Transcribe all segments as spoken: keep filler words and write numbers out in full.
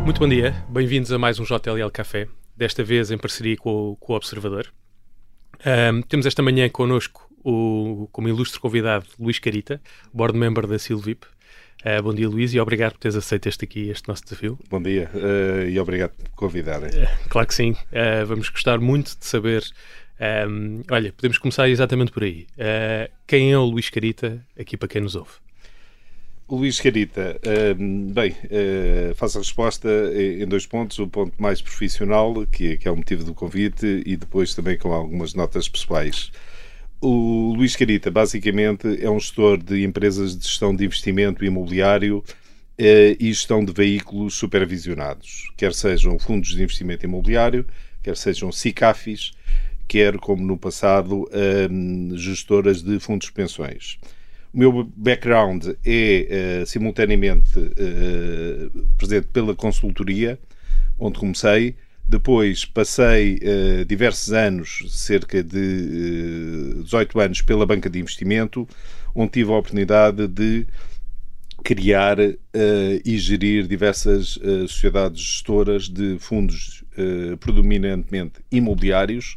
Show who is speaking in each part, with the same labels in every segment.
Speaker 1: Muito bom dia, bem-vindos a mais um J L L Café, desta vez em parceria com o, com o Observador. Um, temos esta manhã connosco, o, como ilustre convidado, Luís Carita, board member da Silvip. Uh, bom dia, Luís, e obrigado por teres aceito este aqui, este nosso desafio.
Speaker 2: Bom dia uh, e obrigado por me convidarem.
Speaker 1: Uh, claro que sim, uh, vamos gostar muito de saber. Um, olha, podemos começar exatamente por aí. Uh, quem é o Luís Carita, aqui para quem nos ouve?
Speaker 2: O Luís Carita, uh, bem, uh, faço a resposta em dois pontos. O ponto mais profissional, que, que é o motivo do convite, e depois também com algumas notas pessoais. O Luís Carita, basicamente, é um gestor de empresas de gestão de investimento imobiliário uh, e gestão de veículos supervisionados, quer sejam fundos de investimento imobiliário, quer sejam SICAFs, quer, como no passado, uh, gestoras de fundos de pensões. O meu background é, uh, simultaneamente, uh, presente pela consultoria, onde comecei. Depois passei uh, diversos anos, cerca de uh, dezoito anos, pela banca de investimento, onde tive a oportunidade de criar uh, e gerir diversas uh, sociedades gestoras de fundos uh, predominantemente imobiliários,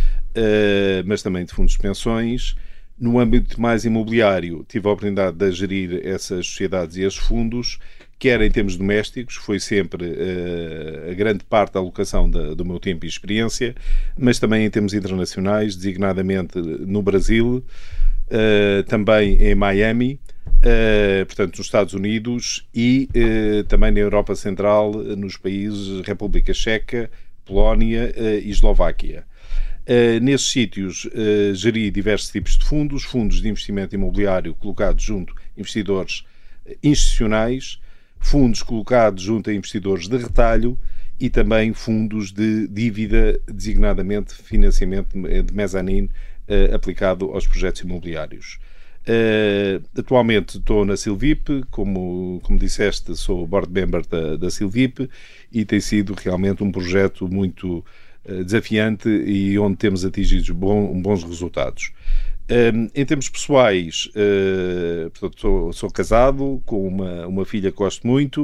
Speaker 2: uh, mas também de fundos de pensões. No âmbito mais imobiliário, tive a oportunidade de gerir essas sociedades e esses fundos, quer em termos domésticos, foi sempre uh, a grande parte da alocação da, do meu tempo e experiência, mas também em termos internacionais, designadamente no Brasil, uh, também em Miami, uh, portanto nos Estados Unidos, e uh, também na Europa Central, nos países República Checa, Polónia uh, e Eslováquia. Uh, nesses sítios uh, geri diversos tipos de fundos, fundos de investimento imobiliário colocados junto a investidores institucionais, fundos colocados junto a investidores de retalho e também fundos de dívida, designadamente financiamento de mezanine uh, aplicado aos projetos imobiliários. Uh, atualmente estou na Silvip, como, como disseste, sou board member da, da Silvip, e tem sido realmente um projeto muito desafiante e onde temos atingido bom, bons resultados. Um, em termos pessoais, uh, portanto, sou, sou casado com uma, uma filha que gosto muito,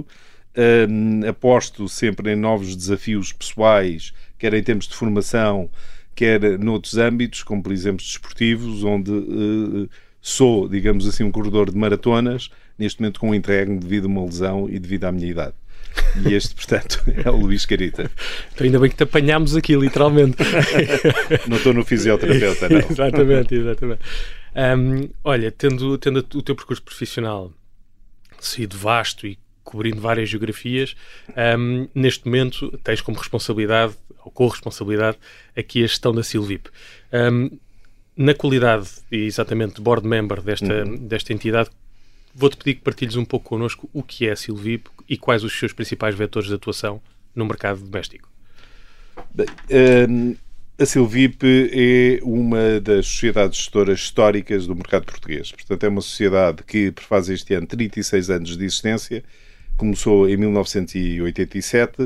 Speaker 2: um, aposto sempre em novos desafios pessoais, quer em termos de formação, quer noutros âmbitos, como por exemplo desportivos, onde uh, sou, digamos assim, um corredor de maratonas, neste momento com um interregno devido a uma lesão e devido à minha idade. E este, portanto, é o Luís Carita.
Speaker 1: Então ainda bem que te apanhámos aqui, literalmente.
Speaker 2: Não estou no fisioterapeuta, não.
Speaker 1: Exatamente, exatamente. Um, olha, tendo, tendo o teu percurso profissional sido vasto e cobrindo várias geografias, um, neste momento tens como responsabilidade, ou co-responsabilidade, aqui a gestão da Silvip. Um, na qualidade, exatamente, de board member desta, uhum. desta entidade, vou-te pedir que partilhes um pouco connosco o que é a Silvip e quais os seus principais vetores de atuação no mercado doméstico.
Speaker 2: Bem, a Silvip é uma das sociedades gestoras históricas do mercado português. Portanto, é uma sociedade que prefaz este ano trinta e seis anos de existência. Começou em mil novecentos e oitenta e sete.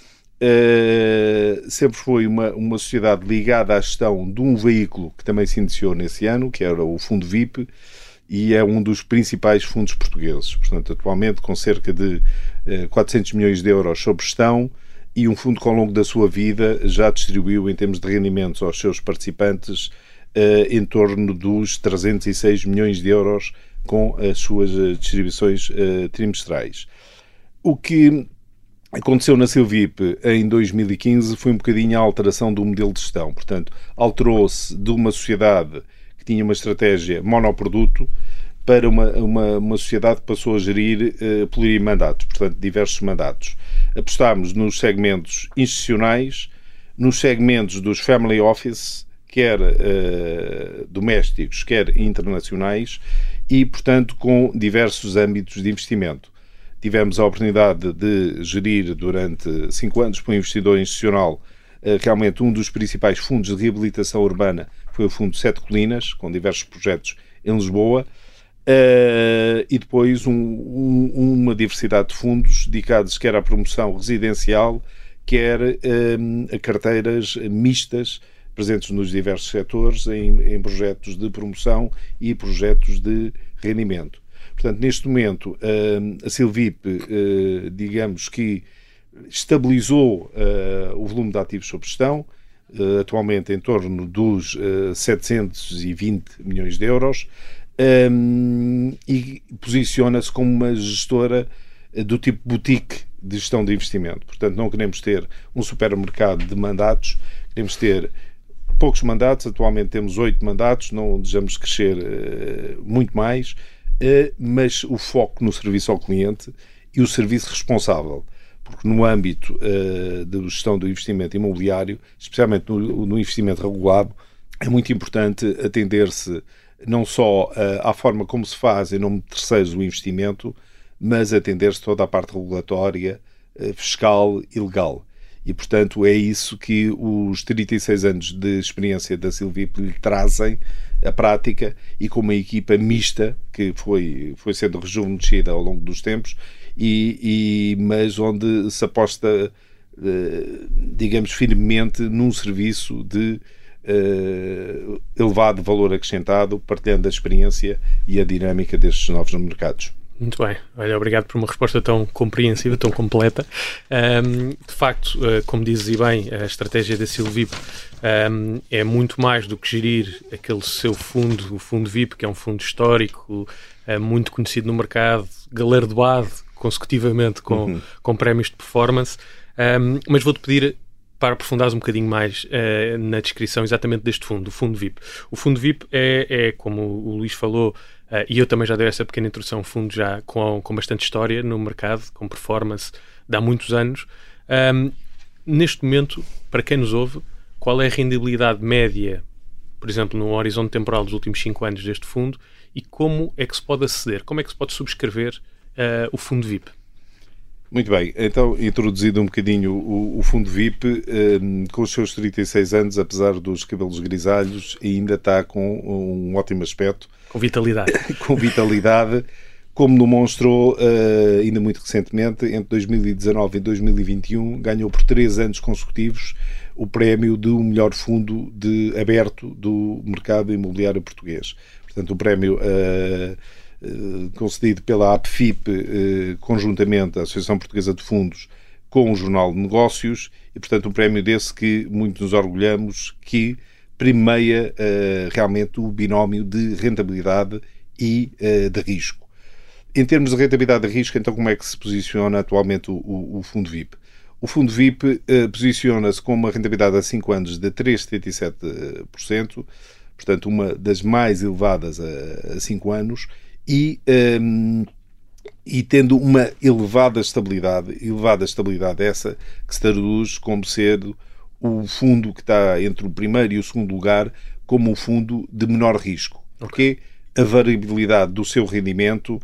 Speaker 2: Uh, sempre foi uma, uma sociedade ligada à gestão de um veículo que também se iniciou nesse ano, que era o Fundo V I P, e é um dos principais fundos portugueses. Portanto, atualmente com cerca de uh, quatrocentos milhões de euros sob gestão, e um fundo que ao longo da sua vida já distribuiu em termos de rendimentos aos seus participantes uh, em torno dos trezentos e seis milhões de euros com as suas uh, distribuições uh, trimestrais. O que aconteceu na Silvip em dois mil e quinze foi um bocadinho a alteração do modelo de gestão. Portanto, alterou-se de uma sociedade que tinha uma estratégia monoproduto para uma, uma, uma sociedade que passou a gerir uh, plurimandatos, portanto, diversos mandatos. Apostámos nos segmentos institucionais, nos segmentos dos family office, quer uh, domésticos, quer internacionais, e, portanto, com diversos âmbitos de investimento. Tivemos a oportunidade de gerir durante cinco anos para um investidor institucional uh, realmente um dos principais fundos de reabilitação urbana, foi o Fundo Sete Colinas, com diversos projetos em Lisboa, uh, e depois um, um, uma diversidade de fundos dedicados quer à promoção residencial, quer um, a carteiras mistas presentes nos diversos setores em, em projetos de promoção e projetos de rendimento. Portanto, neste momento, a Silvip, digamos que estabilizou uh, o volume de ativos sob gestão, uh, atualmente em torno dos uh, setecentos e vinte milhões de euros, um, e posiciona-se como uma gestora uh, do tipo boutique de gestão de investimento. Portanto, não queremos ter um supermercado de mandatos, queremos ter poucos mandatos. Atualmente temos oito mandatos, não desejamos crescer uh, muito mais, uh, mas o foco no serviço ao cliente e o serviço responsável. Porque no âmbito uh, da gestão do investimento imobiliário, especialmente no, no investimento regulado, é muito importante atender-se não só uh, à forma como se faz em nome de terceiros o investimento, mas atender-se toda a parte regulatória, uh, fiscal e legal. E, portanto, é isso que os trinta e seis anos de experiência da Silvip lhe trazem à prática, e com uma equipa mista que foi, foi sendo rejuvenescida ao longo dos tempos, e, e, mas onde se aposta, eh, digamos, firmemente num serviço de eh, elevado valor acrescentado, partilhando a experiência e a dinâmica destes novos mercados.
Speaker 1: Muito bem. Olha, obrigado por uma resposta tão compreensiva, tão completa. Um, de facto, uh, como dizes e bem, a estratégia da Silvip um, é muito mais do que gerir aquele seu fundo, o fundo V I P, que é um fundo histórico, uh, muito conhecido no mercado, galardoado consecutivamente com, uhum. com prémios de performance. Um, mas vou-te pedir para aprofundares um bocadinho mais uh, na descrição exatamente deste fundo, o fundo V I P. O fundo V I P é, é como o Luís falou, Uh, e eu também já dei essa pequena introdução, um fundo já com, com bastante história no mercado, com performance de há muitos anos. Um, neste momento, para quem nos ouve, qual é a rendibilidade média, por exemplo, no horizonte temporal dos últimos cinco anos deste fundo, e como é que se pode aceder, como é que se pode subscrever uh, o fundo V I P?
Speaker 2: Muito bem, então, introduzido um bocadinho o, o fundo V I P, um, com os seus trinta e seis anos, apesar dos cabelos grisalhos, ainda está com um ótimo aspecto.
Speaker 1: Com vitalidade.
Speaker 2: com vitalidade, como demonstrou uh, ainda muito recentemente, entre dois mil e dezanove e dois mil e vinte e um, ganhou por três anos consecutivos o prémio do melhor fundo de, aberto do mercado imobiliário português. Portanto, o prémio uh, uh, concedido pela A P F I P, uh, conjuntamente à Associação Portuguesa de Fundos, com o Jornal de Negócios, e, portanto, um prémio desse que muito nos orgulhamos, que primeia uh, realmente o binómio de rentabilidade e uh, de risco. Em termos de rentabilidade e risco, então como é que se posiciona atualmente o, o, o fundo V I P? O fundo V I P uh, posiciona-se com uma rentabilidade a cinco anos de três vírgula setenta e sete por cento, portanto uma das mais elevadas a cinco anos, e, um, e tendo uma elevada estabilidade, elevada estabilidade essa que se traduz como sendo o fundo que está entre o primeiro e o segundo lugar como o fundo de menor risco. Porque a variabilidade do seu rendimento uh,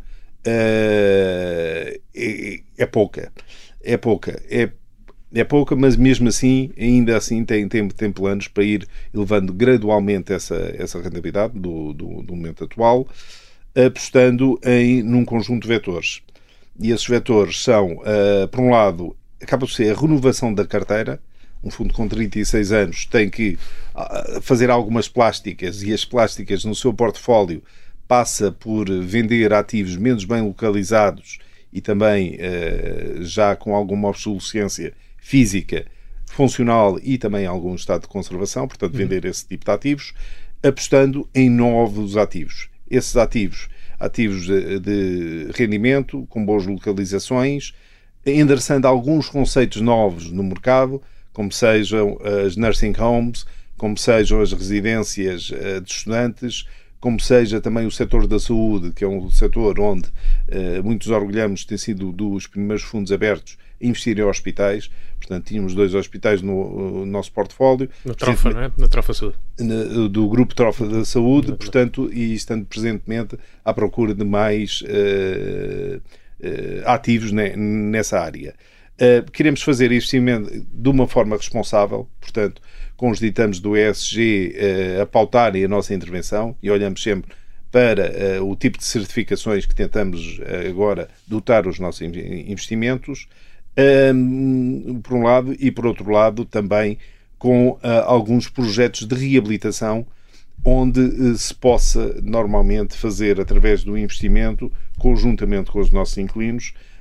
Speaker 2: é, é pouca. É pouca. É, é pouca, mas mesmo assim, ainda assim, tem, tem, tem planos para ir elevando gradualmente essa, essa rentabilidade do, do, do momento atual, apostando em, num conjunto de vetores. E esses vetores são, uh, por um lado, acaba por ser a renovação da carteira. Um fundo com trinta e seis anos tem que fazer algumas plásticas, e as plásticas no seu portfólio passa por vender ativos menos bem localizados e também uh, já com alguma obsolescência física, funcional e também algum estado de conservação, portanto vender esse tipo de ativos, apostando em novos ativos. Esses ativos, ativos de, de rendimento, com boas localizações, endereçando alguns conceitos novos no mercado, como sejam as nursing homes, como sejam as residências de estudantes, como seja também o setor da saúde, que é um setor onde uh, muitos orgulhamos de ter sido dos primeiros fundos abertos a investir em hospitais. Portanto, tínhamos dois hospitais no, no nosso portfólio.
Speaker 1: Na Trofa, não é? Na Trofa Saúde.
Speaker 2: Na, do Grupo Trofa da Saúde, portanto, e estando presentemente à procura de mais uh, uh, ativos ne, nessa área. Uh, queremos fazer investimento de uma forma responsável, portanto, com os ditames do E S G uh, a pautarem a nossa intervenção, e olhamos sempre para uh, o tipo de certificações que tentamos uh, agora dotar os nossos investimentos, um, por um lado, e por outro lado também com uh, alguns projetos de reabilitação onde uh, se possa normalmente fazer, através do investimento, conjuntamente com os nossos inquilinos,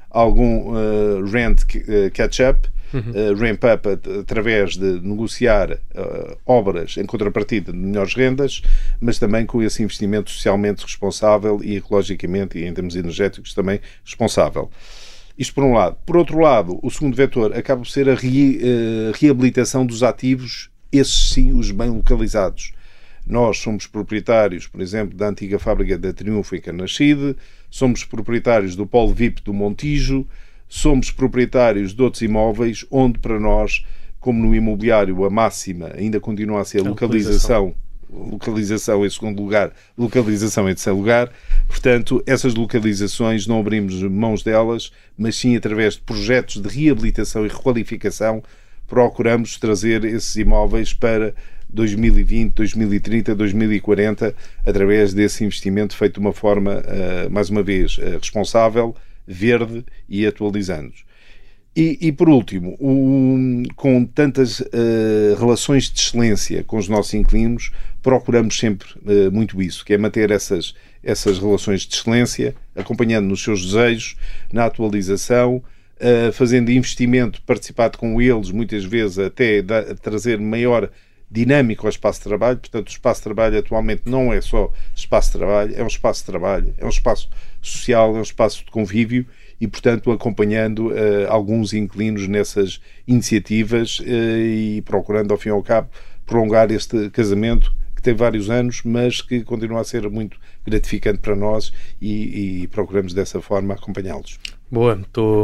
Speaker 2: algum uh, rent catch-up, uhum. uh, ramp-up através de negociar uh, obras em contrapartida de melhores rendas, mas também com esse investimento socialmente responsável e ecologicamente e em termos energéticos também responsável. Isto por um lado. Por outro lado, o segundo vetor acaba por ser a re, uh, reabilitação dos ativos, esses sim, os bem localizados. Nós somos proprietários, por exemplo, da antiga fábrica da Triunfo em Carnaxide, somos proprietários do Polo V I P do Montijo, somos proprietários de outros imóveis onde, para nós, como no imobiliário, a máxima ainda continua a ser a localização, localização em segundo lugar, localização em terceiro lugar. Portanto, essas localizações não abrimos mãos delas, mas sim através de projetos de reabilitação e requalificação procuramos trazer esses imóveis para dois mil e vinte, dois mil e trinta, dois mil e quarenta, através desse investimento feito de uma forma, uh, mais uma vez, uh, responsável, verde e atualizando. E, e por último, um, com tantas uh, relações de excelência com os nossos inquilinos, procuramos sempre uh, muito isso, que é manter essas, essas relações de excelência, acompanhando nos seus desejos, na atualização, uh, fazendo investimento participado com eles, muitas vezes até da, trazer maior dinâmico ao espaço de trabalho. Portanto, o espaço de trabalho atualmente não é só espaço de trabalho, é um espaço de trabalho, é um espaço social, é um espaço de convívio e, portanto, acompanhando uh, alguns inquilinos nessas iniciativas uh, e procurando, ao fim e ao cabo, prolongar este casamento que tem vários anos, mas que continua a ser muito gratificante para nós e, e procuramos dessa forma acompanhá-los.
Speaker 1: Boa, estou,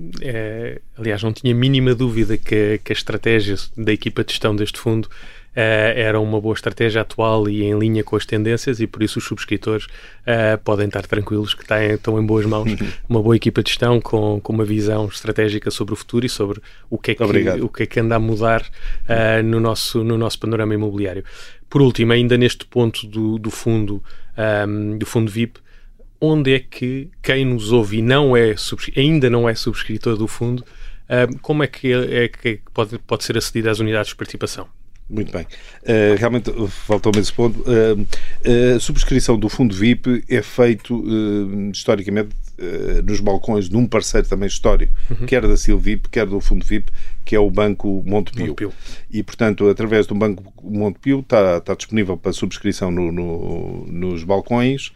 Speaker 1: é, aliás, não tinha mínima dúvida que, que a estratégia da equipa de gestão deste fundo é, era uma boa estratégia atual e em linha com as tendências e por isso os subscritores é, podem estar tranquilos que têm, estão em boas mãos, uma boa equipa de gestão com, com uma visão estratégica sobre o futuro e sobre o que é que, o que, é que anda a mudar é, no, nosso, no nosso panorama imobiliário. Por último, ainda neste ponto do, do fundo, um, do fundo V I P, onde é que quem nos ouve e não é, ainda não é subscritor do fundo, como é que, é que pode, pode ser acedido às unidades de participação?
Speaker 2: Muito bem. Uh, realmente faltou-me esse ponto. Uh, uh, a subscrição do fundo V I P é feito uh, historicamente uh, nos balcões de um parceiro também histórico, uhum. quer da Silvip, quer do fundo V I P, que é o Banco Montepio. Montepio. E, portanto, através do Banco Montepio está, está disponível para subscrição no, no, nos balcões,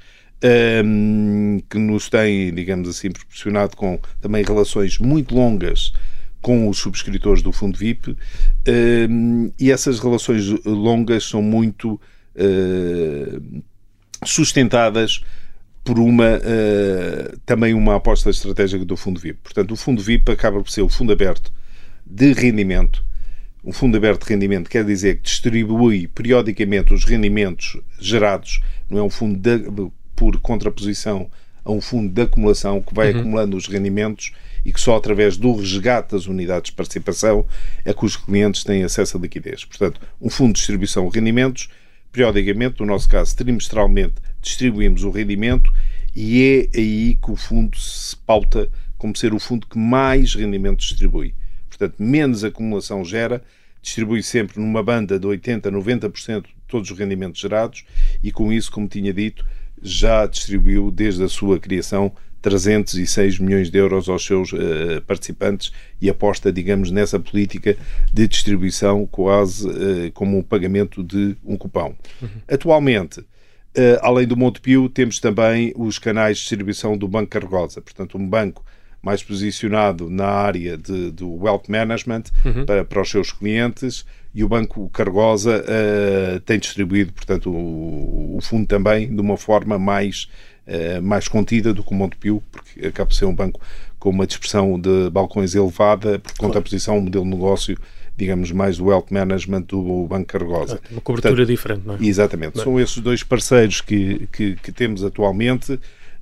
Speaker 2: Um, que nos tem, digamos assim, proporcionado com também relações muito longas com os subscritores do fundo V I P, um, e essas relações longas são muito uh, sustentadas por uma uh, também uma aposta estratégica do fundo V I P. Portanto, o fundo V I P acaba por ser o fundo aberto de rendimento. Um fundo aberto de rendimento quer dizer que distribui periodicamente os rendimentos gerados, não é um fundo de por contraposição a um fundo de acumulação que vai uhum. acumulando os rendimentos e que só através do resgate das unidades de participação é que os clientes têm acesso à liquidez. Portanto, um fundo de distribuição de rendimentos, periodicamente, no nosso caso, trimestralmente, distribuímos o rendimento e é aí que o fundo se pauta como ser o fundo que mais rendimentos distribui. Portanto, menos acumulação gera, distribui sempre numa banda de oitenta por cento a noventa por cento de todos os rendimentos gerados e com isso, como tinha dito, já distribuiu desde a sua criação trezentos e seis milhões de euros aos seus uh, participantes e aposta, digamos, nessa política de distribuição quase uh, como um pagamento de um cupão. Uhum. Atualmente, uh, além do Montepio, temos também os canais de distribuição do Banco Carregosa, portanto um banco mais posicionado na área de, do Wealth Management uhum. para, para os seus clientes, e o Banco Carregosa uh, tem distribuído, portanto, o, o fundo também de uma forma mais, uh, mais contida do que o Montepio, porque acaba por ser um banco com uma dispersão de balcões elevada, por contraposição ao modelo de negócio, digamos, mais do Wealth Management do Banco Carregosa.
Speaker 1: Uma cobertura portanto, diferente, não é?
Speaker 2: Exatamente. Não é? São esses dois parceiros que, que, que temos atualmente.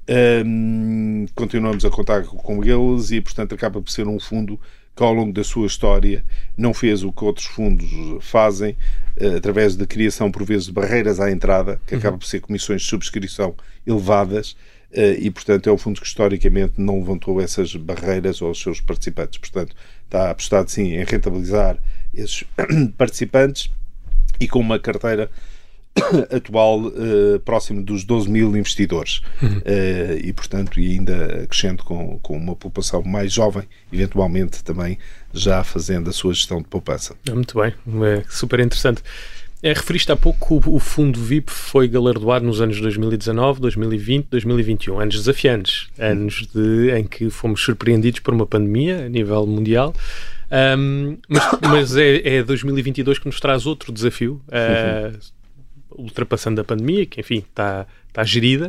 Speaker 2: Um, continuamos a contar com eles e, portanto, acaba por ser um fundo que ao longo da sua história não fez o que outros fundos fazem, uh, através da criação, por vezes, de barreiras à entrada, que uhum. acaba por ser comissões de subscrição elevadas, uh, e, portanto, é um fundo que historicamente não levantou essas barreiras aos seus participantes. Portanto, está apostado, sim, em rentabilizar esses participantes e com uma carteira atual uh, próximo dos doze mil investidores. Uhum. Uh, e, portanto, e ainda acrescento com, com uma população mais jovem, eventualmente também já fazendo a sua gestão de poupança.
Speaker 1: Muito bem, é super interessante. É, referiste há pouco que o, o fundo V I P foi galardoado nos anos dois mil e dezanove, dois mil e vinte, dois mil e vinte e um, anos desafiantes, anos de, em que fomos surpreendidos por uma pandemia a nível mundial. Um, mas mas é, é dois mil e vinte e dois que nos traz outro desafio, uh, ultrapassando a pandemia, que enfim está, está gerida,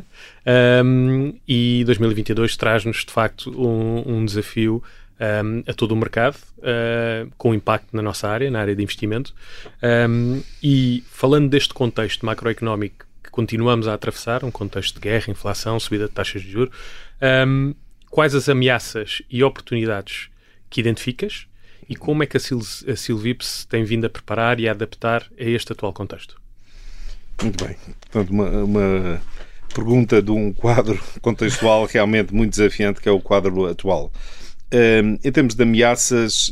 Speaker 1: um, e dois mil e vinte e dois traz-nos de facto um, um desafio um, a todo o mercado, uh, com impacto na nossa área, na área de investimento. Um, e falando deste contexto macroeconómico que continuamos a atravessar, um contexto de guerra, inflação, subida de taxas de juros, um, quais as ameaças e oportunidades que identificas e como é que a, Sil a Silvips tem vindo a preparar e a adaptar a este atual contexto?
Speaker 2: Muito bem. Portanto, uma, uma pergunta de um quadro contextual realmente muito desafiante, que é o quadro atual. Um, em termos de ameaças,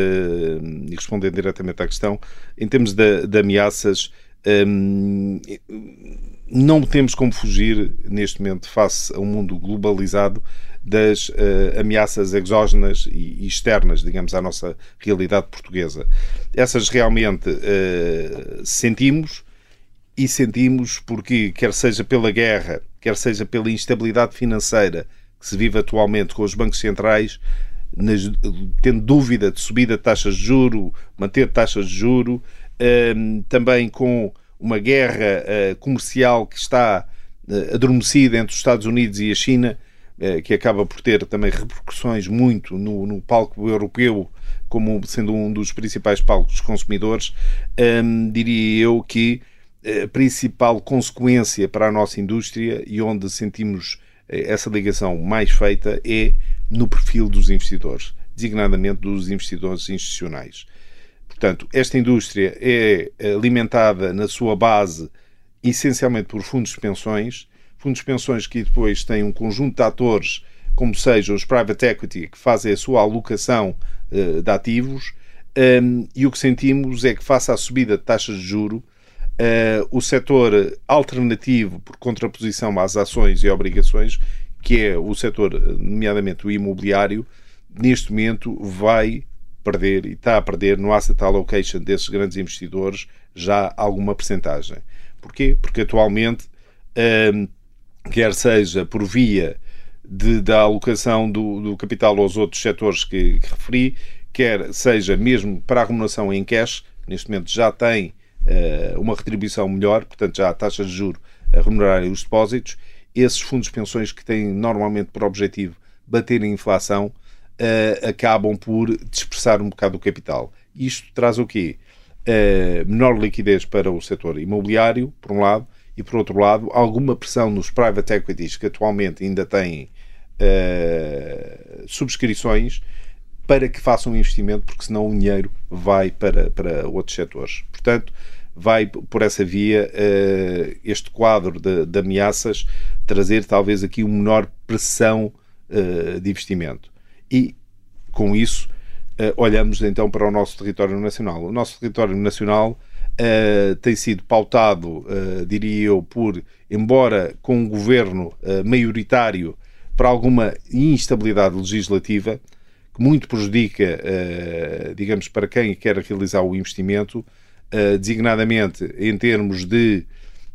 Speaker 2: uh, e respondendo diretamente à questão, em termos de, de ameaças, um, não temos como fugir, neste momento, face a um mundo globalizado, das uh, ameaças exógenas e, e externas, digamos, à nossa realidade portuguesa. Essas realmente uh, sentimos, e sentimos porque, quer seja pela guerra, quer seja pela instabilidade financeira que se vive atualmente com os bancos centrais, nas, tendo dúvida de subida de taxas de juro, manter taxas de juro, um, também com uma guerra uh, comercial que está uh, adormecida entre os Estados Unidos e a China, que acaba por ter também repercussões muito no, no palco europeu, como sendo um dos principais palcos dos consumidores, hum, diria eu que a principal consequência para a nossa indústria e onde sentimos essa ligação mais feita é no perfil dos investidores, designadamente dos investidores institucionais. Portanto, esta indústria é alimentada na sua base essencialmente por fundos de pensões, fundos de pensões que depois têm um conjunto de atores, como sejam os private equity, que fazem a sua alocação uh, de ativos, um, e o que sentimos é que, face à subida de taxas de juro, uh, o setor alternativo, por contraposição às ações e obrigações, que é o setor, nomeadamente o imobiliário, neste momento vai perder, e está a perder, no asset allocation desses grandes investidores, já alguma percentagem. Porquê? Porque atualmente um, quer seja por via de, da alocação do, do capital aos outros setores que, que referi, quer seja mesmo para a remuneração em cash, neste momento já tem uh, uma retribuição melhor, portanto já há taxas de juros a remunerarem os depósitos, esses fundos de pensões que têm normalmente por objetivo bater a inflação, uh, acabam por dispersar um bocado o capital. Isto traz o quê? Uh, menor liquidez para o setor imobiliário, por um lado, e, por outro lado, alguma pressão nos private equities que atualmente ainda têm uh, subscrições para que façam um investimento, porque senão o dinheiro vai para, para outros setores. Portanto, vai por essa via uh, este quadro de, de ameaças trazer talvez aqui uma menor pressão uh, de investimento. E, com isso, uh, olhamos então para o nosso território nacional. O nosso território nacional Uh, tem sido pautado, uh, diria eu, por, embora com um governo uh, maioritário, para alguma instabilidade legislativa, que muito prejudica, uh, digamos, para quem quer realizar o investimento, uh, designadamente em termos de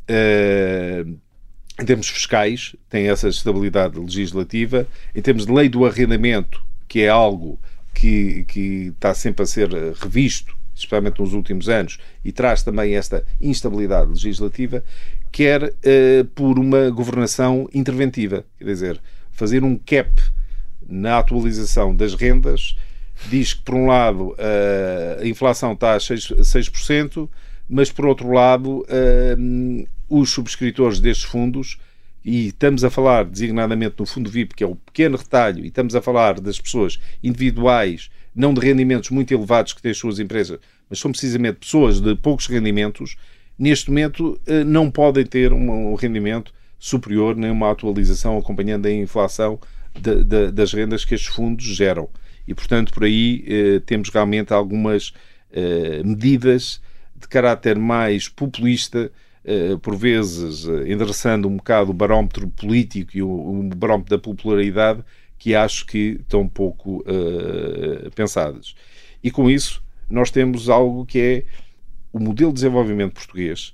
Speaker 2: uh, em termos fiscais, tem essa estabilidade legislativa, em termos de lei do arrendamento, que é algo que, que está sempre a ser revisto, especialmente nos últimos anos, e traz também esta instabilidade legislativa, quer uh, por uma governação interventiva. Quer dizer, fazer um cap na atualização das rendas, diz que, por um lado, uh, a inflação está a seis por cento, mas, por outro lado, uh, os subscritores destes fundos, e estamos a falar designadamente no fundo V I P, que é o pequeno retalho, e estamos a falar das pessoas individuais, não de rendimentos muito elevados que têm as suas empresas, mas são precisamente pessoas de poucos rendimentos, neste momento não podem ter um rendimento superior nem uma atualização acompanhando a inflação de, de, das rendas que estes fundos geram. E, portanto, por aí eh, temos realmente algumas eh, medidas de caráter mais populista por vezes, endereçando um bocado o barómetro político e o barómetro da popularidade, que acho que estão pouco uh, pensadas. E com isso, nós temos algo que é o modelo de desenvolvimento português,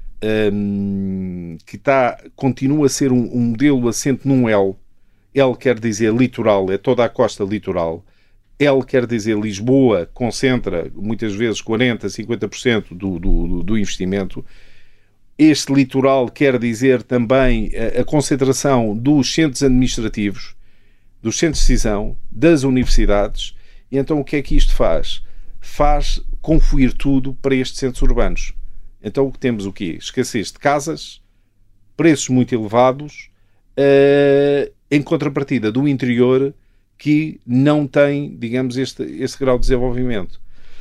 Speaker 2: um, que tá, continua a ser um, um modelo assente num L. L quer dizer litoral, é toda a costa litoral. L quer dizer Lisboa, concentra muitas vezes quarenta por cento, cinquenta por cento do, do, do investimento. Este litoral quer dizer também a, a concentração dos centros administrativos, dos centros de decisão, das universidades. E então o que é que isto faz? Faz confluir tudo para estes centros urbanos. Então o que temos o quê? Escassez de casas, preços muito elevados, uh, em contrapartida do interior que não tem, digamos, este, este grau de desenvolvimento.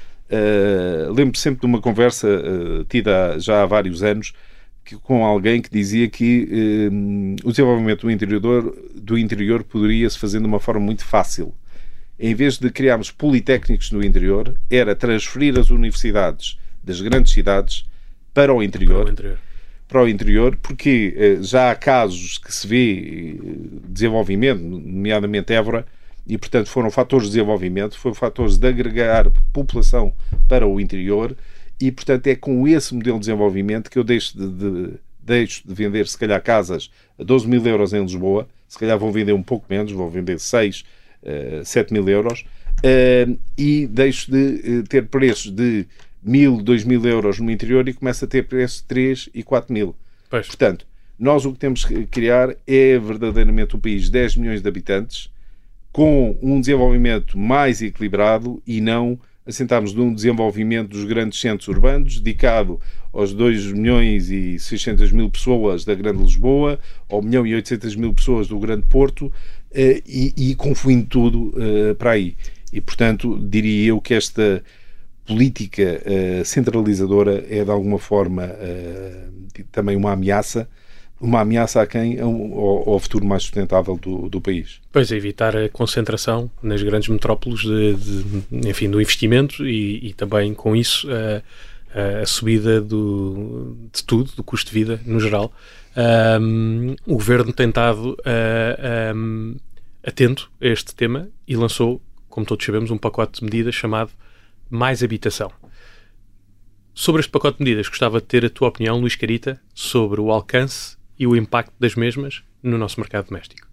Speaker 2: Uh, lembro sempre de uma conversa uh, tida já há vários anos que, com alguém que dizia que uh, o desenvolvimento do interior, do interior poderia-se fazer de uma forma muito fácil. Em vez de criarmos politécnicos no interior, era transferir as universidades das grandes cidades para o interior. Para o interior. Para o interior, porque uh, já há casos que se vê uh, desenvolvimento, nomeadamente Évora, e, portanto, foram fatores de desenvolvimento, foram fatores de agregar população para o interior e, portanto, é com esse modelo de desenvolvimento que eu deixo de, de, deixo de vender, se calhar, casas a doze mil euros em Lisboa, se calhar vão vender um pouco menos, vão vender seis, sete mil euros, uh, e deixo de uh, ter preços de mil, dois mil euros no interior e começo a ter preços de três e quatro mil. Pois. Portanto, nós o que temos que criar é verdadeiramente um país de dez milhões de habitantes, com um desenvolvimento mais equilibrado e não assentarmos num desenvolvimento dos grandes centros urbanos dedicado aos dois milhões e seiscentas mil pessoas da Grande Lisboa, ao um milhão e oitocentas mil pessoas do Grande Porto, eh, e, e confundindo tudo eh, para aí. E, portanto, diria eu que esta política eh, centralizadora é, de alguma forma, eh, também uma ameaça, uma ameaça a quem? Ao, ao futuro mais sustentável do, do país.
Speaker 1: Pois é, evitar a concentração nas grandes metrópoles de, de, enfim, do investimento e, e também com isso a, a subida do, de tudo, do custo de vida no geral. Um, o Governo tem estado uh, um, atento a este tema e lançou, como todos sabemos, um pacote de medidas chamado Mais Habitação. Sobre este pacote de medidas, gostava de ter a tua opinião, Luís Carita, sobre o alcance e o impacto das mesmas no nosso mercado doméstico.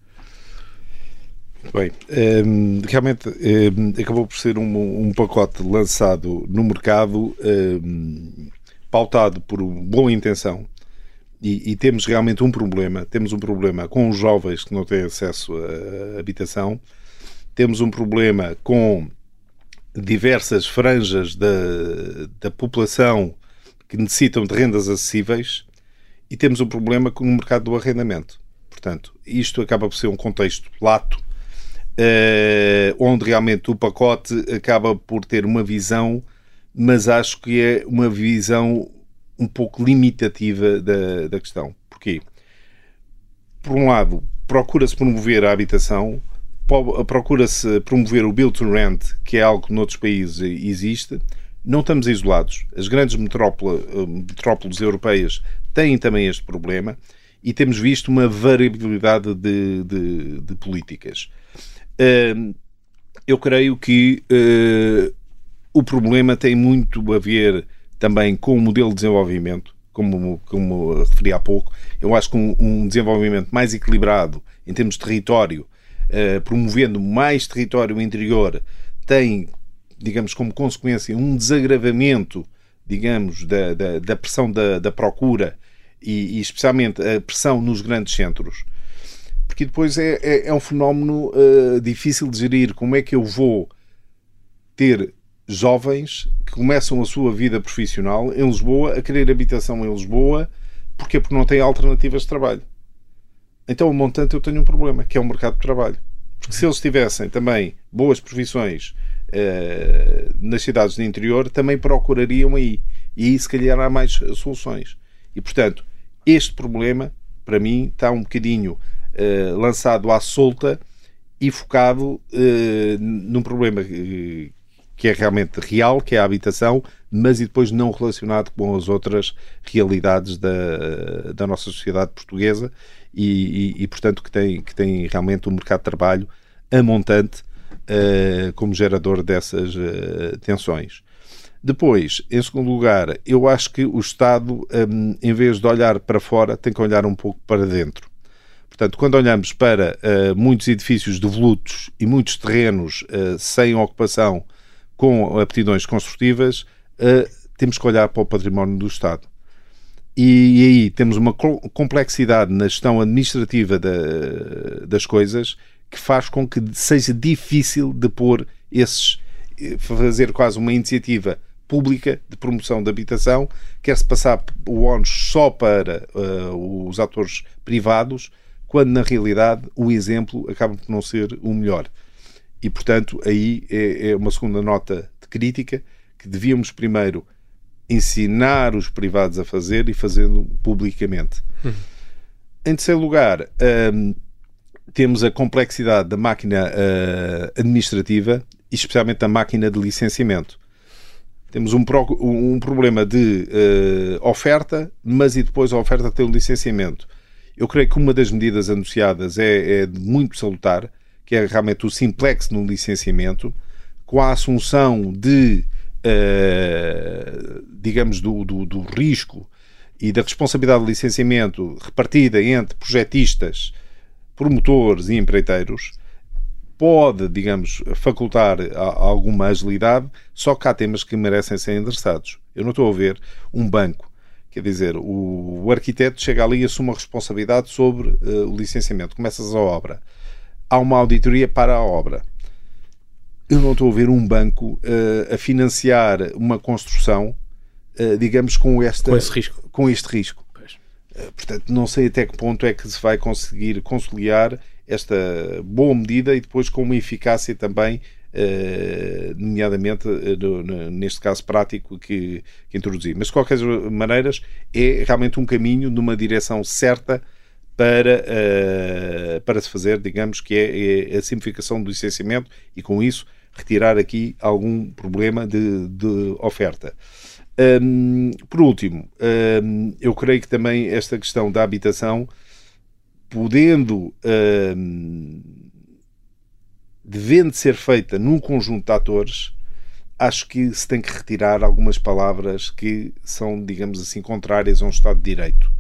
Speaker 2: Bem, um, realmente um, acabou por ser um, um pacote lançado no mercado, um, pautado por boa intenção, e, e temos realmente um problema. Temos um problema com os jovens que não têm acesso à habitação, temos um problema com diversas franjas da, da população que necessitam de rendas acessíveis, e temos um problema com o mercado do arrendamento. Portanto, isto acaba por ser um contexto lato, uh, onde realmente o pacote acaba por ter uma visão, mas acho que é uma visão um pouco limitativa da, da questão. Porquê? Por um lado, procura-se promover a habitação, procura-se promover o build to rent, que é algo que noutros países existe. Não estamos isolados. As grandes metrópoles, metrópoles europeias têm também este problema e temos visto uma variabilidade de, de, de políticas. Uh, eu creio que uh, o problema tem muito a ver também com o modelo de desenvolvimento, como, como referi há pouco. Eu acho que um, um desenvolvimento mais equilibrado em termos de território, uh, promovendo mais território interior, tem, digamos, como consequência um desagravamento, digamos, da, da, da pressão da, da procura e, e especialmente a pressão nos grandes centros, porque depois é, é, é um fenómeno uh, difícil de gerir. Como é que eu vou ter jovens que começam a sua vida profissional em Lisboa, a querer habitação em Lisboa, porque porque não têm alternativas de trabalho? Então, a montante, eu tenho um problema, que é o mercado de trabalho. Porque se eles tivessem também boas profissões uh, nas cidades do interior, também procurariam aí. E aí, se calhar, há mais soluções. E, portanto, este problema, para mim, está um bocadinho uh, lançado à solta e focado uh, num problema uh, que é realmente real, que é a habitação, mas e depois não relacionado com as outras realidades da, da nossa sociedade portuguesa e, e, e portanto, que tem, que tem realmente um mercado de trabalho a montante uh, como gerador dessas uh, tensões. Depois, em segundo lugar, eu acho que o Estado, um, em vez de olhar para fora, tem que olhar um pouco para dentro. Portanto, quando olhamos para uh, muitos edifícios devolutos e muitos terrenos uh, sem ocupação com aptidões construtivas, uh, temos que olhar para o património do Estado. E, e aí temos uma complexidade na gestão administrativa da, das coisas que faz com que seja difícil de pôr esses, fazer quase uma iniciativa pública de promoção da habitação, quer-se passar o ónus só para uh, os atores privados, quando na realidade o exemplo acaba por não ser o melhor. E, portanto, aí é, é uma segunda nota de crítica, que devíamos primeiro ensinar os privados a fazer e fazê-lo publicamente. Uhum. Em terceiro lugar, um, temos a complexidade da máquina uh, administrativa e especialmente da máquina de licenciamento. Temos um, pro, um problema de uh, oferta, mas e depois a oferta tem o licenciamento. Eu creio que uma das medidas anunciadas é, é muito salutar, que é realmente o simplex no licenciamento, com a assunção de, uh, digamos, do, do, do risco e da responsabilidade do licenciamento repartida entre projetistas, promotores e empreiteiros, pode, digamos, facultar a, a alguma agilidade, só que há temas que merecem ser endereçados. Eu não estou a ver um banco. Quer dizer, o, o arquiteto chega ali e assume a responsabilidade sobre uh, o licenciamento. Começas a obra. Há uma auditoria para a obra. Eu não estou a ver um banco uh, a financiar uma construção, uh, digamos, com, esta,
Speaker 1: com, esse risco.
Speaker 2: com este risco. Uh, portanto, não sei até que ponto é que se vai conseguir conciliar esta boa medida e depois com uma eficácia também, Uh, nomeadamente uh, no, no, neste caso prático que, que introduzi. Mas de qualquer maneira é realmente um caminho numa direção certa para, uh, para se fazer, digamos, que é, é a simplificação do licenciamento e com isso retirar aqui algum problema de, de oferta. Um, por último, um, eu creio que também esta questão da habitação, podendo um, devendo ser feita num conjunto de atores, acho que se tem que retirar algumas palavras que são, digamos assim, contrárias a um Estado de Direito.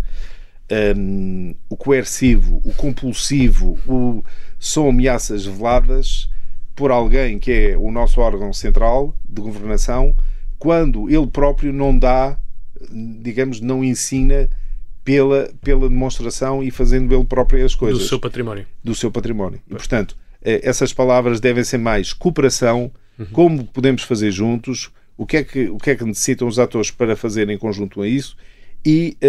Speaker 2: Um, o coercivo, o compulsivo, o, são ameaças veladas por alguém que é o nosso órgão central de governação, quando ele próprio não dá, digamos, não ensina pela, pela demonstração e fazendo ele próprio as coisas.
Speaker 1: Do seu património. Do
Speaker 2: seu património. E, portanto, essas palavras devem ser mais cooperação, uhum. Como podemos fazer juntos, o que, é que, o que é que necessitam os atores para fazer em conjunto a isso e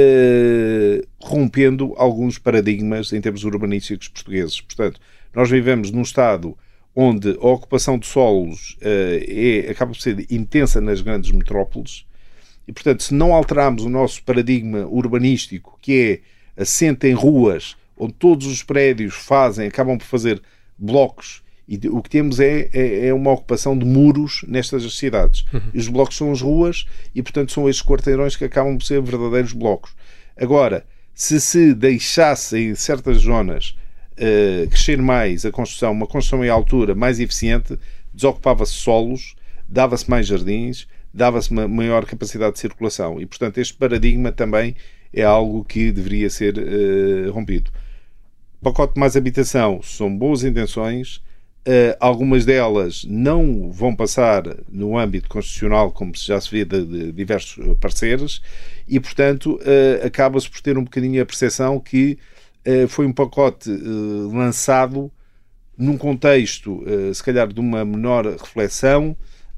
Speaker 2: uh, rompendo alguns paradigmas em termos urbanísticos portugueses. Portanto, nós vivemos num Estado onde a ocupação de solos uh, é, acaba por ser intensa nas grandes metrópoles e, portanto, se não alterarmos o nosso paradigma urbanístico, que é assente em ruas, onde todos os prédios fazem, acabam por fazer blocos, e o que temos é, é, é uma ocupação de muros nestas cidades. Uhum. E os blocos são as ruas e, portanto, são estes quarteirões que acabam por ser verdadeiros blocos. Agora, se se deixasse em certas zonas uh, crescer mais a construção, uma construção em altura mais eficiente, desocupava-se solos, dava-se mais jardins, dava-se uma maior capacidade de circulação. E, portanto, este paradigma também é algo que deveria ser uh, rompido. Pacote de mais habitação são boas intenções, uh, algumas delas não vão passar no âmbito constitucional, como já se vê de, de diversos parceiros, e, portanto, uh, acaba-se por ter um bocadinho a percepção que uh, foi um pacote uh, lançado num contexto, uh, se calhar, de uma menor reflexão,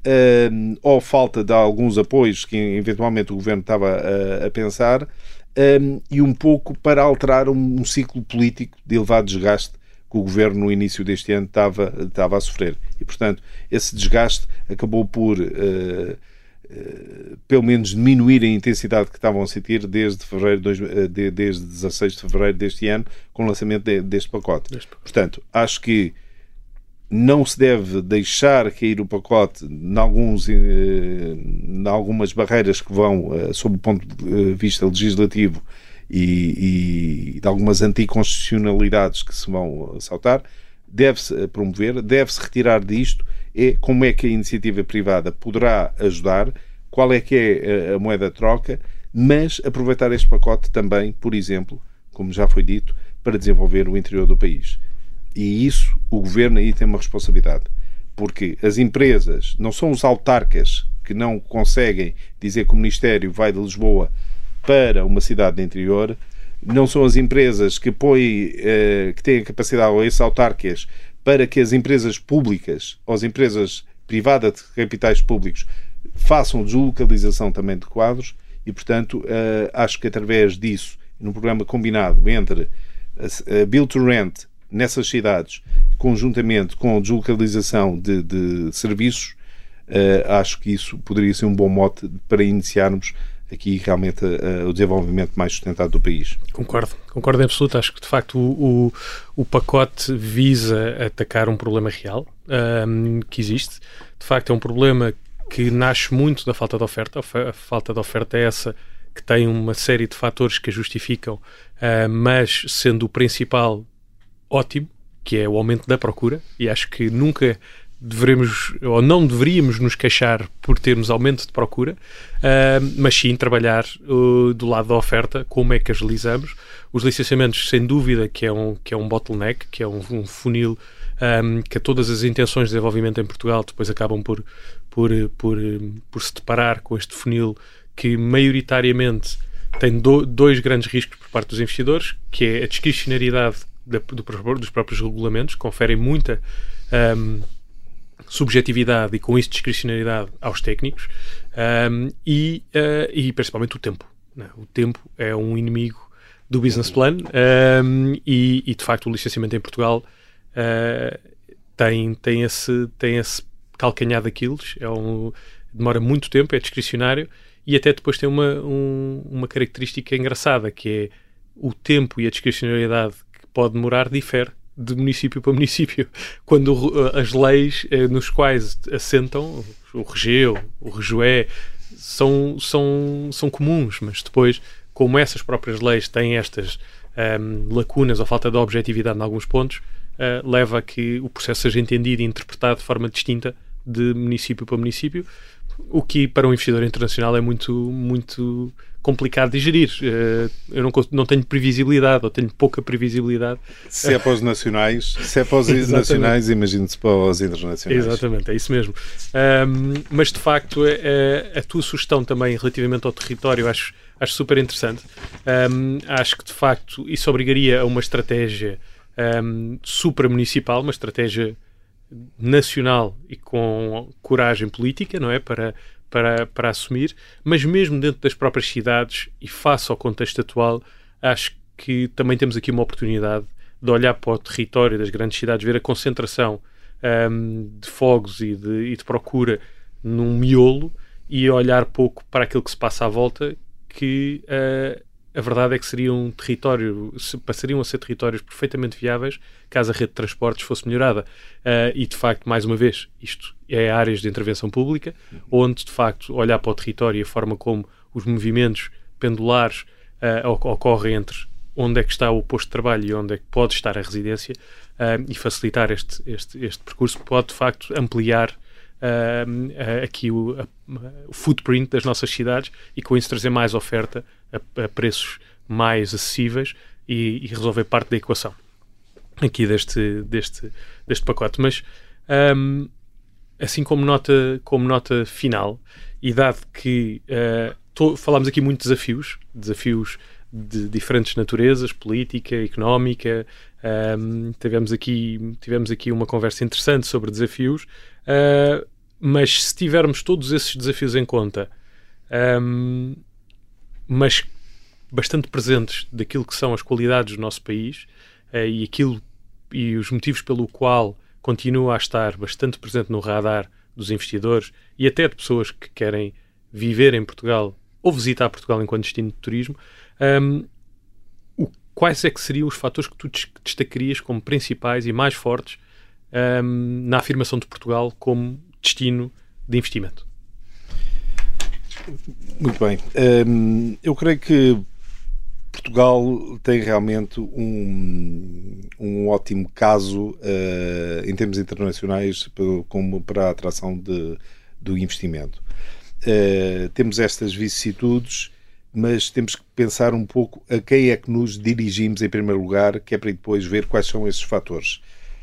Speaker 2: uh, ou falta de alguns apoios que, eventualmente, o Governo estava a, a pensar, Um, e um pouco para alterar um, um ciclo político de elevado desgaste que o Governo no início deste ano estava, estava a sofrer. E, portanto, esse desgaste acabou por, uh, uh, pelo menos, diminuir a intensidade que estavam a sentir desde, fevereiro, dois, uh, de, desde dezasseis de fevereiro deste ano, com o lançamento de, deste pacote. Este pacote. Portanto, acho que não se deve deixar cair o pacote em, alguns, em algumas barreiras que vão, sob o ponto de vista legislativo, e, e de algumas anticonstitucionalidades que se vão saltar. Deve-se promover, deve-se retirar disto, é como é que a iniciativa privada poderá ajudar, qual é que é a moeda de troca, mas aproveitar este pacote também, por exemplo, como já foi dito, para desenvolver o interior do país. E isso, o Governo aí tem uma responsabilidade, porque as empresas, não são os autarcas que não conseguem dizer que o Ministério vai de Lisboa para uma cidade do interior, não são as empresas que põem, eh, que têm a capacidade, ou esses autarcas, para que as empresas públicas, ou as empresas privadas de capitais públicos, façam deslocalização também de quadros, e, portanto, eh, acho que através disso, num programa combinado entre a, a Build to Rent nessas cidades, conjuntamente com a deslocalização de, de serviços, uh, acho que isso poderia ser um bom mote para iniciarmos aqui realmente uh, o desenvolvimento mais sustentado do país.
Speaker 1: Concordo, concordo em absoluto. Acho que de facto o, o, o pacote visa atacar um problema real um, que existe. De facto é um problema que nasce muito da falta de oferta. A falta de oferta é essa que tem uma série de fatores que a justificam, uh, mas sendo o principal ótimo, que é o aumento da procura, e acho que nunca devemos, ou não deveríamos nos queixar por termos aumento de procura, uh, mas sim trabalhar uh, do lado da oferta, como é que agilizamos. Os licenciamentos, sem dúvida, que é um, que é um bottleneck, que é um, um funil um, que a todas as intenções de desenvolvimento em Portugal depois acabam por, por, por, por se deparar com este funil que maioritariamente tem do, dois grandes riscos por parte dos investidores, que é a discricionariedade da, do, dos próprios regulamentos, que conferem muita um, subjetividade e com isso discricionariedade aos técnicos, um, e, uh, e principalmente o tempo. Não, o tempo é um inimigo do business plan, um, e, e de facto o licenciamento em Portugal uh, tem, tem, esse, tem esse calcanhar daqueles, é um, demora muito tempo, é discricionário, e até depois tem uma, um, uma característica engraçada, que é o tempo e a discricionariedade que pode demorar difere de município para município. Quando uh, as leis uh, nos quais assentam, o regeu, o rejoé, são, são, são comuns, mas depois, como essas próprias leis têm estas um, lacunas ou falta de objetividade em alguns pontos, uh, leva a que o processo seja entendido e interpretado de forma distinta de município para município, o que para um investidor internacional é muito, muito complicado de gerir. Uh, eu não, não tenho previsibilidade, ou tenho pouca previsibilidade.
Speaker 2: Se é para os nacionais, se é para os nacionais, imagine-se para os internacionais.
Speaker 1: Exatamente, é isso mesmo. Um, mas de facto, a, a tua sugestão também relativamente ao território, acho, acho super interessante. Um, acho que de facto isso obrigaria a uma estratégia um, supramunicipal, uma estratégia nacional e com coragem política, não é? Para, para, para assumir, mas mesmo dentro das próprias cidades e face ao contexto atual, acho que também temos aqui uma oportunidade de olhar para o território das grandes cidades, ver a concentração um, de fogos e de, e de procura num miolo e olhar pouco para aquilo que se passa à volta, que uh, a verdade é que seriam um território, passariam a ser territórios perfeitamente viáveis caso a rede de transportes fosse melhorada. Uh, e, de facto, mais uma vez, isto é áreas de intervenção pública, onde, de facto, olhar para o território e a forma como os movimentos pendulares uh, ocorrem entre onde é que está o posto de trabalho e onde é que pode estar a residência, uh, e facilitar este, este, este percurso pode, de facto, ampliar uh, uh, aqui o, a, o footprint das nossas cidades e, com isso, trazer mais oferta a, a preços mais acessíveis e, e resolver parte da equação aqui deste, deste, deste pacote. Mas um, assim como nota, como nota final, e dado que uh, to, falámos aqui muito de desafios, desafios de diferentes naturezas, política, económica, um, tivemos, aqui, tivemos aqui uma conversa interessante sobre desafios, uh, mas se tivermos todos esses desafios em conta, um, mas bastante presentes daquilo que são as qualidades do nosso país, uh, e aquilo e os motivos pelo qual continua a estar bastante presente no radar dos investidores e até de pessoas que querem viver em Portugal ou visitar Portugal enquanto destino de turismo, um, o, quais é que seriam os fatores que tu destacarias como principais e mais fortes um, na afirmação de Portugal como destino de investimento?
Speaker 2: Muito bem. Um, eu creio que Portugal tem realmente um, um ótimo caso uh, em termos internacionais como para a atração de, do investimento. Uh, temos estas vicissitudes, mas temos que pensar um pouco a quem é que nos dirigimos em primeiro lugar, que é para depois ver quais são esses fatores.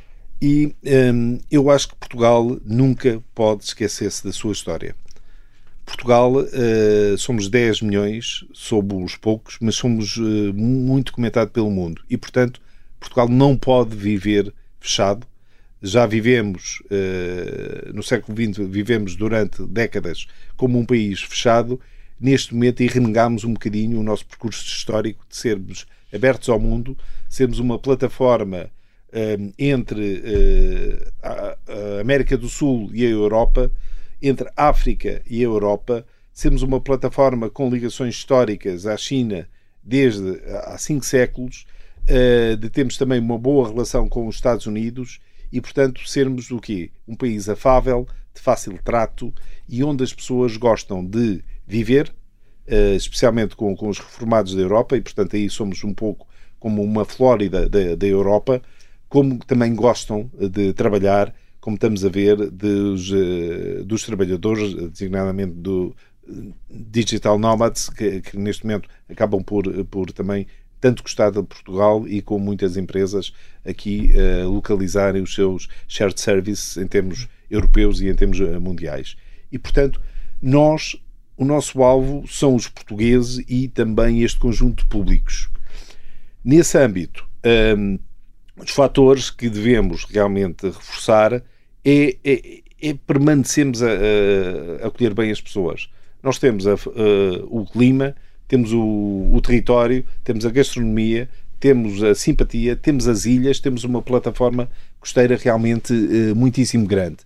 Speaker 2: E um, eu acho que Portugal nunca pode esquecer-se da sua história. Portugal, uh, somos dez milhões, somos poucos, mas somos uh, muito comentado pelo mundo. E, portanto, Portugal não pode viver fechado. Já vivemos, uh, no século vinte, vivemos durante décadas como um país fechado. Neste momento, e renegámos um bocadinho o nosso percurso histórico de sermos abertos ao mundo, sermos uma plataforma um, entre uh, a, a América do Sul e a Europa, entre a África e a Europa, sermos uma plataforma com ligações históricas à China desde há cinco séculos, uh, de termos também uma boa relação com os Estados Unidos e, portanto, sermos o quê? Um país afável, de fácil trato e onde as pessoas gostam de viver, uh, especialmente com, com os reformados da Europa, e, portanto, aí somos um pouco como uma Flórida da, da Europa, como também gostam de trabalhar, como estamos a ver, dos, dos trabalhadores, designadamente do digital nomads, que, que neste momento acabam por, por também tanto gostar de Portugal e com muitas empresas aqui uh, localizarem os seus shared services em termos europeus e em termos mundiais. E, portanto, nós, o nosso alvo são os portugueses e também este conjunto de públicos. Nesse âmbito, um, os fatores que devemos realmente reforçar é, é, é permanecermos a, a, a acolher bem as pessoas. Nós temos a, a, o clima, temos o, o território, temos a gastronomia, temos a simpatia, temos as ilhas, temos uma plataforma costeira realmente uh, muitíssimo grande.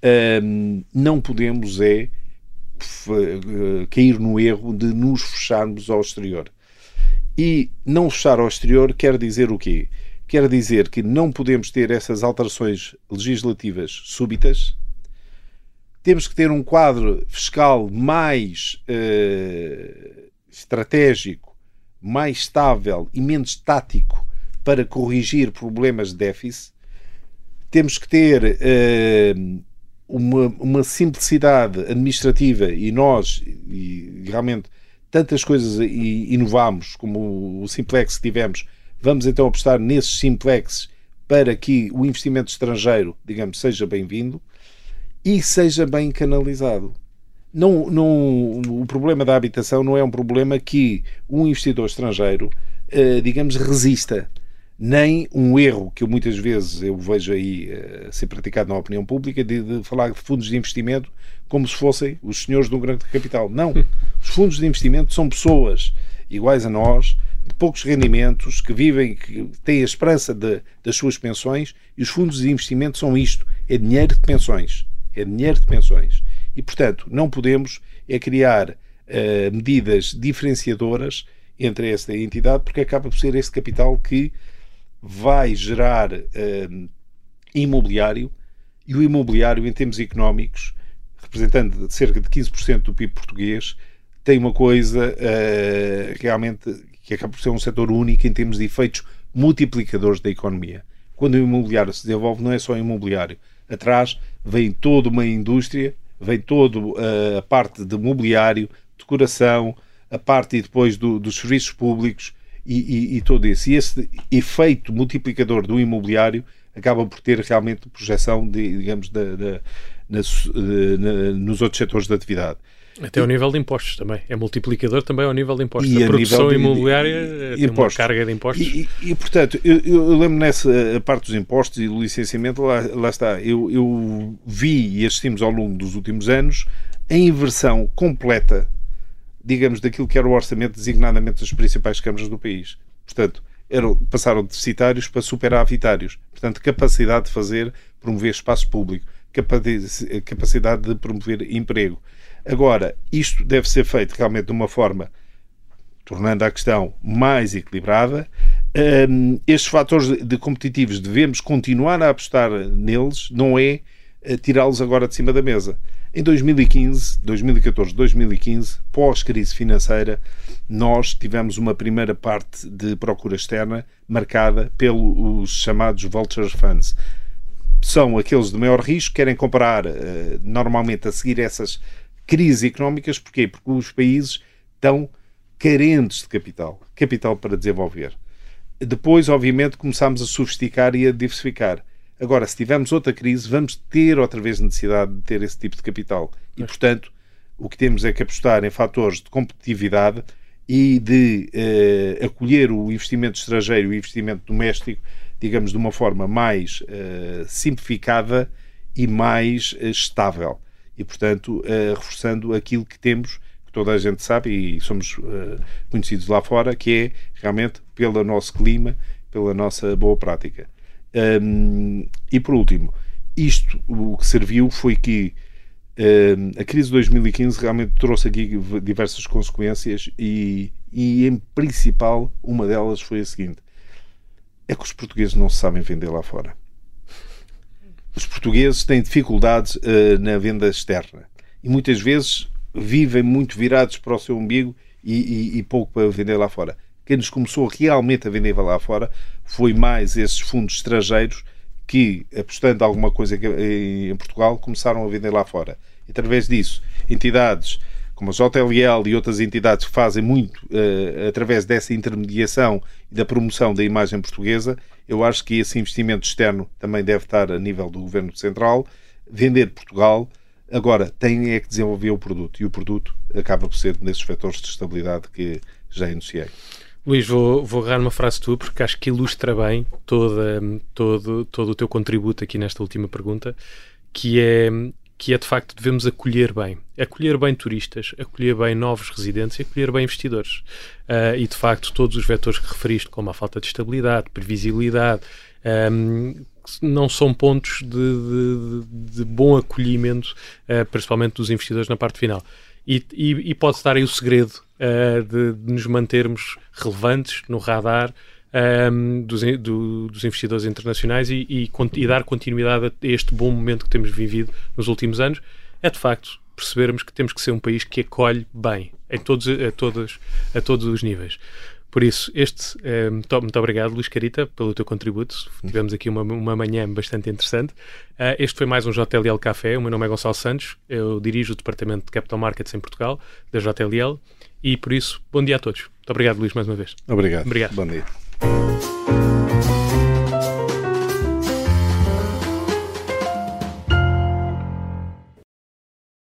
Speaker 2: Uh, não podemos é uh, cair no erro de nos fecharmos ao exterior. E não fechar ao exterior quer dizer o quê? Quer dizer que não podemos ter essas alterações legislativas súbitas, temos que ter um quadro fiscal mais uh, estratégico, mais estável e menos tático para corrigir problemas de déficit, temos que ter uh, uma, uma simplicidade administrativa e nós, e realmente, tantas coisas inovamos como o Simplex que tivemos. Vamos então apostar nesses simplexes para que o investimento estrangeiro, digamos, seja bem-vindo e seja bem canalizado. Não, não, o problema da habitação não é um problema que um investidor estrangeiro, eh, digamos, resista. Nem um erro que eu muitas vezes eu vejo aí eh, ser praticado na opinião pública de, de falar de fundos de investimento como se fossem os senhores de um grande capital. Não. Os fundos de investimento são pessoas iguais a nós, de poucos rendimentos, que vivem, que têm a esperança de, das suas pensões, e os fundos de investimento são isto, é dinheiro de pensões. É dinheiro de pensões. E, portanto, não podemos é criar uh, medidas diferenciadoras entre esta entidade, porque acaba por ser este capital que vai gerar uh, imobiliário, e o imobiliário, em termos económicos, representando cerca de quinze por cento do P I B português, tem uma coisa uh, realmente que acaba por ser um setor único em termos de efeitos multiplicadores da economia. Quando o imobiliário se desenvolve, não é só imobiliário. Atrás vem toda uma indústria, vem toda uh, a parte de mobiliário, decoração, a parte e depois do, dos serviços públicos e, e, e todo isso. E esse efeito multiplicador do imobiliário acaba por ter realmente projeção, de, digamos, de, de, de, de, de, nos outros setores de atividade.
Speaker 1: Até ao nível de impostos também. É multiplicador também ao nível de impostos. E a produção de, imobiliária de, tem uma carga de impostos.
Speaker 2: E, e, e portanto, eu, eu lembro nessa parte dos impostos e do licenciamento, lá, lá está, eu, eu vi e assistimos ao longo dos últimos anos a inversão completa, digamos, daquilo que era o orçamento designadamente das principais câmaras do país. Portanto, eram, passaram de deficitários para superavitários. Portanto, capacidade de fazer, promover espaço público, capacidade de promover emprego. Agora, isto deve ser feito realmente de uma forma, tornando a questão mais equilibrada, Um, estes fatores de, de competitivos devemos continuar a apostar neles, não é uh, tirá-los agora de cima da mesa. Em dois mil e quinze, dois mil e catorze, dois mil e quinze, pós-crise financeira, nós tivemos uma primeira parte de procura externa marcada pelos chamados Vulture Funds. São aqueles de maior risco, querem comprar uh, normalmente a seguir essas crises económicas. Porquê? Porque os países estão carentes de capital, capital para desenvolver. Depois, obviamente, começámos a sofisticar e a diversificar. Agora, se tivermos outra crise, vamos ter outra vez necessidade de ter esse tipo de capital. E, portanto, o que temos é que apostar em fatores de competitividade e de eh, acolher o investimento estrangeiro e o investimento doméstico, digamos, de uma forma mais eh, simplificada e mais eh, estável. E, portanto, eh, reforçando aquilo que temos, que toda a gente sabe e somos eh, conhecidos lá fora, que é realmente pelo nosso clima, pela nossa boa prática. Um, e por último, isto o que serviu foi que um, a crise de dois mil e quinze realmente trouxe aqui diversas consequências e, e em principal uma delas foi a seguinte: é que os portugueses não se sabem vender lá fora. Os portugueses têm dificuldades uh, na venda externa e muitas vezes vivem muito virados para o seu umbigo e, e, e pouco para vender lá fora. Quem nos começou realmente a vender lá fora foi mais esses fundos estrangeiros que, apostando alguma coisa em Portugal, começaram a vender lá fora. E, através disso, entidades como a J L L e outras entidades que fazem muito uh, através dessa intermediação e da promoção da imagem portuguesa, eu acho que esse investimento externo também deve estar a nível do Governo Central, vender Portugal. Agora, tem é que desenvolver o produto e o produto acaba por ser nesses fatores de estabilidade que já enunciei.
Speaker 1: Luís, vou, vou agarrar uma frase tua porque acho que ilustra bem toda, todo, todo o teu contributo aqui nesta última pergunta, que é, que é de facto devemos acolher bem. Acolher bem turistas, acolher bem novos residentes e acolher bem investidores. Uh, e de facto todos os vetores que referiste, como a falta de estabilidade, previsibilidade, um, não são pontos de, de, de bom acolhimento, uh, principalmente dos investidores na parte final. E, e, e pode-se dar aí o segredo uh, de, de nos mantermos relevantes no radar um, dos, do, dos investidores internacionais e, e, e dar continuidade a este bom momento que temos vivido nos últimos anos, é de facto percebermos que temos que ser um país que acolhe bem, em todos, a, todos, a todos os níveis. Por isso, este, eh, muito, muito obrigado, Luís Carita, pelo teu contributo. Tivemos aqui uma, uma manhã bastante interessante. Uh, este foi mais um J L L Café. O meu nome é Gonçalo Santos. Eu dirijo o Departamento de Capital Markets em Portugal, da J L L. E, por isso, bom dia a todos. Muito obrigado, Luís, mais uma vez.
Speaker 2: Obrigado.
Speaker 1: Obrigado.
Speaker 2: Bom dia.